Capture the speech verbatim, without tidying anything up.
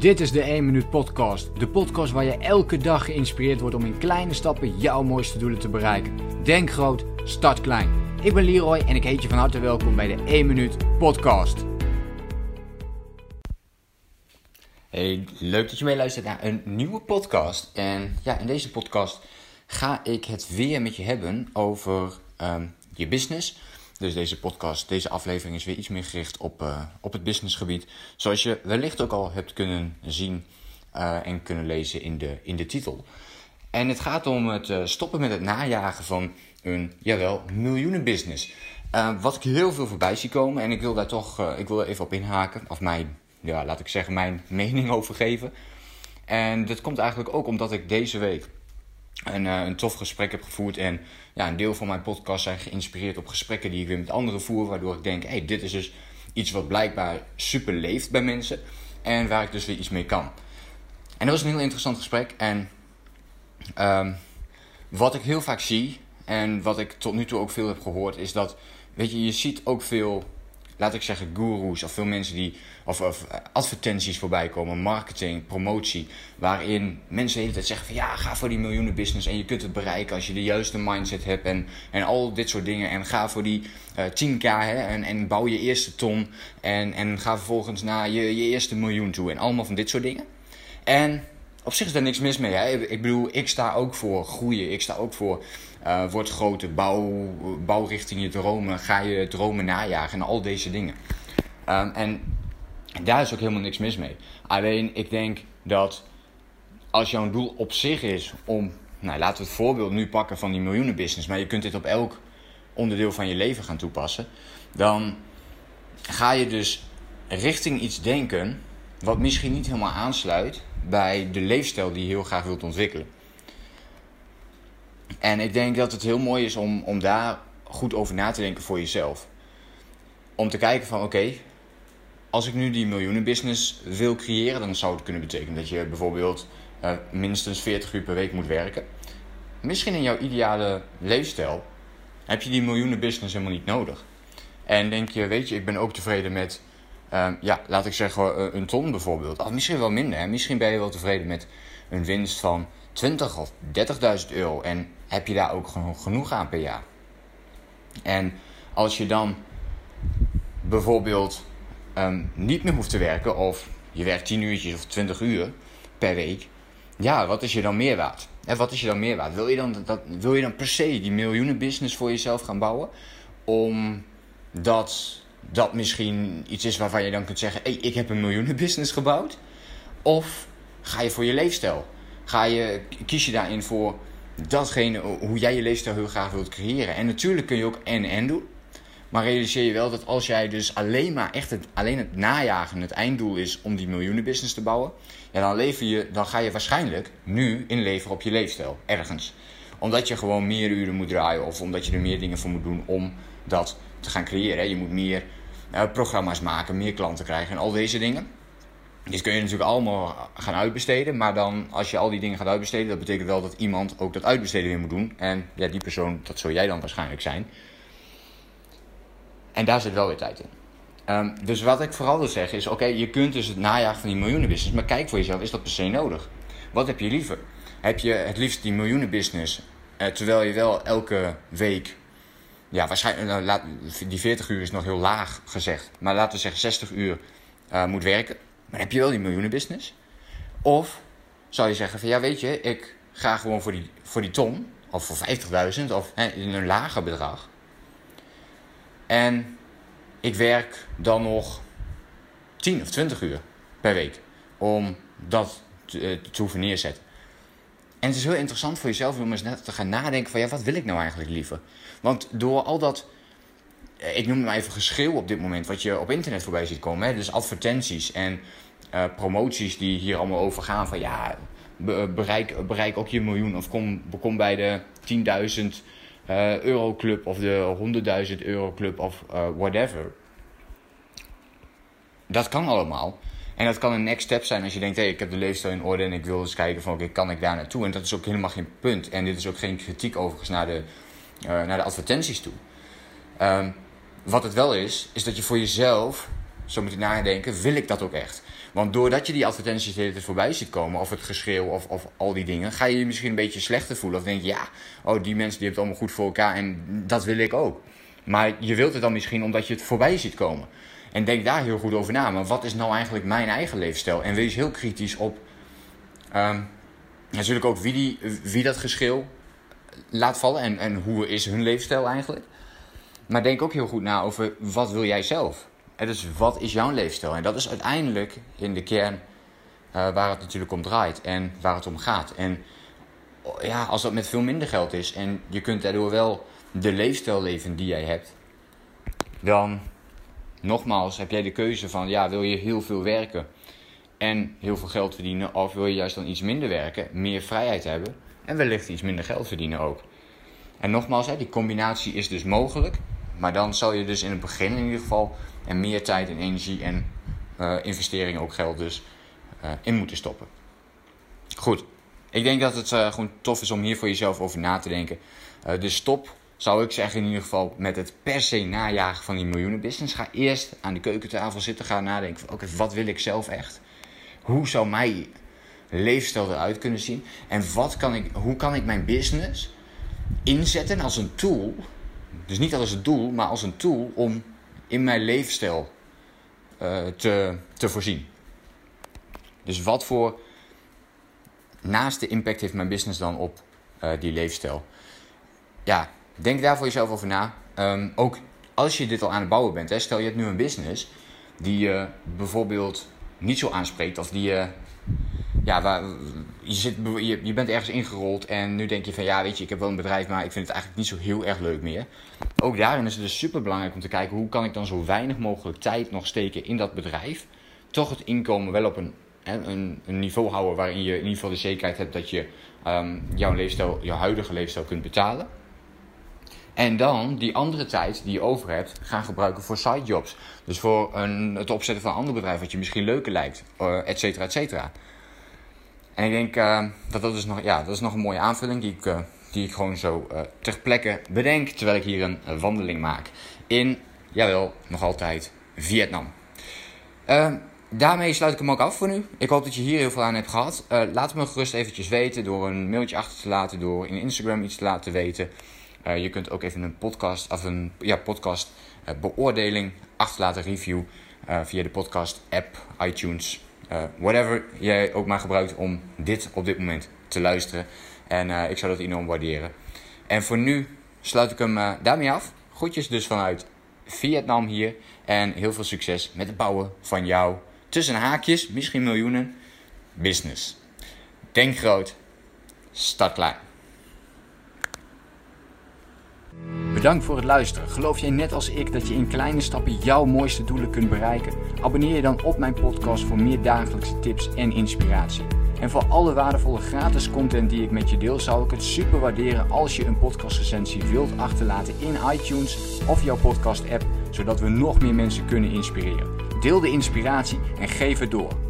Dit is de één minuut podcast. De podcast waar je elke dag geïnspireerd wordt om in kleine stappen jouw mooiste doelen te bereiken. Denk groot, start klein. Ik ben Leroy en ik heet je van harte welkom bij de één minuut podcast. Hey, leuk dat je meeluistert naar een nieuwe podcast. En ja, in deze podcast ga ik het weer met je hebben over um, je business. Dus deze podcast, deze aflevering is weer iets meer gericht op, uh, op het businessgebied. Zoals je wellicht ook al hebt kunnen zien uh, en kunnen lezen in de, in de titel. En het gaat om het uh, stoppen met het najagen van een, jawel, miljoenenbusiness. Uh, wat ik heel veel voorbij zie komen en ik wil daar toch uh, ik wil er even op inhaken. Of mijn, ja, laat ik zeggen, mijn mening over geven. En dat komt eigenlijk ook omdat ik deze week een, uh, een tof gesprek heb gevoerd. En ja, een deel van mijn podcast zijn geïnspireerd op gesprekken die ik weer met anderen voer. Waardoor ik denk, hé, hey, dit is dus iets wat blijkbaar super leeft bij mensen. En waar ik dus weer iets mee kan. En dat was een heel interessant gesprek. En um, wat ik heel vaak zie, en wat ik tot nu toe ook veel heb gehoord, is dat, weet je, je ziet ook veel, laat ik zeggen, goeroes of veel mensen die, of, of advertenties voorbij komen, marketing, promotie, waarin mensen de hele tijd zeggen van ja, ga voor die miljoenenbusiness en je kunt het bereiken als je de juiste mindset hebt en, en al dit soort dingen. En ga voor die uh, tien k hè, en, en bouw je eerste ton en, en ga vervolgens naar je, je eerste miljoen toe en allemaal van dit soort dingen. En op zich is daar niks mis mee. Hè? Ik bedoel, ik sta ook voor groeien. Ik sta ook voor uh, word groter, bouw, bouw richting je dromen. Ga je dromen najagen en al deze dingen. Um, en daar is ook helemaal niks mis mee. Alleen ik denk dat als jouw doel op zich is om, nou, laten we het voorbeeld nu pakken van die miljoenenbusiness, maar je kunt dit op elk onderdeel van je leven gaan toepassen, dan ga je dus richting iets denken wat misschien niet helemaal aansluit bij de leefstijl die je heel graag wilt ontwikkelen. En ik denk dat het heel mooi is om, om daar goed over na te denken voor jezelf. Om te kijken van oké, okay, als ik nu die miljoenenbusiness wil creëren, dan zou het kunnen betekenen dat je bijvoorbeeld uh, minstens veertig uur per week moet werken. Misschien in jouw ideale leefstijl heb je die miljoenenbusiness helemaal niet nodig. En denk je, weet je, ik ben ook tevreden met Uh, ja, laat ik zeggen een ton bijvoorbeeld. Of misschien wel minder. Hè? Misschien ben je wel tevreden met een winst van twintig of dertigduizend euro. En heb je daar ook gewoon genoeg aan per jaar. En als je dan bijvoorbeeld um, niet meer hoeft te werken, of je werkt tien uurtjes of twintig uur per week. Ja, wat is je dan meer waard? En wat is je dan meer waard? Wil je dan, dat, wil je dan per se die miljoenenbusiness voor jezelf gaan bouwen? Omdat dat misschien iets is waarvan je dan kunt zeggen, hé, hey, ik heb een miljoenenbusiness gebouwd. Of ga je voor je leefstijl? Ga je, kies je daarin voor datgene, hoe jij je leefstijl heel graag wilt creëren? En natuurlijk kun je ook en-en doen. Maar realiseer je wel dat als jij dus alleen maar echt het, alleen het najagen het einddoel is om die miljoenenbusiness te bouwen, ja, dan, lever je, dan ga je waarschijnlijk nu inleveren op je leefstijl, ergens. Omdat je gewoon meer uren moet draaien of omdat je er meer dingen voor moet doen om dat te gaan creëren. Je moet meer uh, programma's maken, meer klanten krijgen en al deze dingen. Dit kun je natuurlijk allemaal gaan uitbesteden. Maar dan, als je al die dingen gaat uitbesteden, dat betekent wel dat iemand ook dat uitbesteden weer moet doen. En ja, die persoon, dat zul jij dan waarschijnlijk zijn. En daar zit wel weer tijd in. Um, dus wat ik vooral wil zeggen is, oké, okay, je kunt dus het najagen van die miljoenenbusiness. Maar kijk voor jezelf, is dat per se nodig? Wat heb je liever? Heb je het liefst die miljoenenbusiness, uh, terwijl je wel elke week, ja, waarschijnlijk, nou, laat, die veertig uur is nog heel laag gezegd, maar laten we zeggen zestig uur uh, moet werken. Maar heb je wel die miljoenenbusiness? Of zou je zeggen van, ja, weet je, ik ga gewoon voor die, voor die ton, of voor vijftigduizend, of hè, in een lager bedrag. En ik werk dan nog tien of twintig uur per week om dat te, te hoeven neerzetten. En het is heel interessant voor jezelf om eens net te gaan nadenken van, ja, wat wil ik nou eigenlijk liever? Want door al dat, ik noem het maar even geschreeuw op dit moment, wat je op internet voorbij ziet komen, hè? Dus advertenties en uh, promoties die hier allemaal over gaan van, ja, bereik, bereik ook je miljoen of kom, kom bij de tienduizend uh, euro club of de honderdduizend euro club of uh, whatever. Dat kan allemaal. En dat kan een next step zijn als je denkt, hé, hey, ik heb de leefstijl in orde en ik wil eens kijken van, oké, okay, kan ik daar naartoe? En dat is ook helemaal geen punt. En dit is ook geen kritiek overigens naar de, uh, naar de advertenties toe. Um, wat het wel is, is dat je voor jezelf zo moet je nadenken, wil ik dat ook echt? Want doordat je die advertenties de hele tijd voorbij ziet komen, of het geschreeuw of, of al die dingen, ga je je misschien een beetje slechter voelen. Of denk je, ja, oh, die mensen die hebben het allemaal goed voor elkaar en dat wil ik ook. Maar je wilt het dan misschien omdat je het voorbij ziet komen. En denk daar heel goed over na. Maar wat is nou eigenlijk mijn eigen leefstijl? En wees heel kritisch op um, natuurlijk ook wie, die, wie dat geschreeuw laat vallen. En, en hoe is hun leefstijl eigenlijk. Maar denk ook heel goed na over wat wil jij zelf? En dus wat is jouw leefstijl? En dat is uiteindelijk in de kern uh, waar het natuurlijk om draait. En waar het om gaat. En ja, als dat met veel minder geld is. En je kunt daardoor wel de leefstijl leven die jij hebt. Dan, nogmaals, heb jij de keuze van, ja, wil je heel veel werken en heel veel geld verdienen, of wil je juist dan iets minder werken, meer vrijheid hebben en wellicht iets minder geld verdienen ook. En nogmaals, hè, die combinatie is dus mogelijk, maar dan zal je dus in het begin in ieder geval en meer tijd en energie en uh, investeringen, ook geld dus, uh, in moeten stoppen. Goed, ik denk dat het uh, gewoon tof is om hier voor jezelf over na te denken. Uh, dus stop, zou ik zeggen in ieder geval, met het per se najagen van die miljoenenbusiness. Ga eerst aan de keukentafel zitten, ga nadenken van, oké, okay, wat wil ik zelf echt? Hoe zou mijn leefstijl eruit kunnen zien? En wat kan ik, hoe kan ik mijn business inzetten als een tool, dus niet als een doel, maar als een tool om in mijn leefstijl uh, te, te voorzien. Dus wat voor naaste impact heeft mijn business dan op uh, die leefstijl? Ja, denk daar voor jezelf over na. Um, ook als je dit al aan het bouwen bent. Hè, stel je hebt nu een business die je uh, bijvoorbeeld niet zo aanspreekt. Of die je... Uh, ja, waar, je, zit, je, je bent ergens ingerold en nu denk je van ja, weet je, ik heb wel een bedrijf, maar ik vind het eigenlijk niet zo heel erg leuk meer. Ook daarin is het dus super belangrijk om te kijken hoe kan ik dan zo weinig mogelijk tijd nog steken in dat bedrijf. Toch het inkomen wel op een, een, een niveau houden waarin je in ieder geval de zekerheid hebt dat je um, jouw leefstijl, jouw huidige leefstijl kunt betalen. En dan die andere tijd die je over hebt gaan gebruiken voor sidejobs. Dus voor een, het opzetten van een ander bedrijf wat je misschien leuker lijkt, uh, et cetera, et cetera. En ik denk uh, dat dat is, nog, ja, dat is nog een mooie aanvulling die ik, uh, die ik gewoon zo uh, ter plekke bedenk. Terwijl ik hier een uh, wandeling maak in, jawel, nog altijd Vietnam. Uh, daarmee sluit ik hem ook af voor nu. Ik hoop dat je hier heel veel aan hebt gehad. Uh, laat me gerust eventjes weten door een mailtje achter te laten, door in Instagram iets te laten weten. Uh, je kunt ook even een podcast, of een ja, podcast uh, beoordeling achterlaten, review uh, via de podcast app, iTunes, uh, whatever jij ook maar gebruikt om dit op dit moment te luisteren. En uh, ik zou dat enorm waarderen. En voor nu sluit ik hem uh, daarmee af. Groetjes dus vanuit Vietnam hier. En heel veel succes met het bouwen van jouw, tussen haakjes, misschien miljoenen, business. Denk groot, start klein. Bedankt voor het luisteren. Geloof jij net als ik dat je in kleine stappen jouw mooiste doelen kunt bereiken? Abonneer je dan op mijn podcast voor meer dagelijkse tips en inspiratie. En voor alle waardevolle gratis content die ik met je deel, zou ik het super waarderen als je een podcastrecensie wilt achterlaten in iTunes of jouw podcast app, zodat we nog meer mensen kunnen inspireren. Deel de inspiratie en geef het door.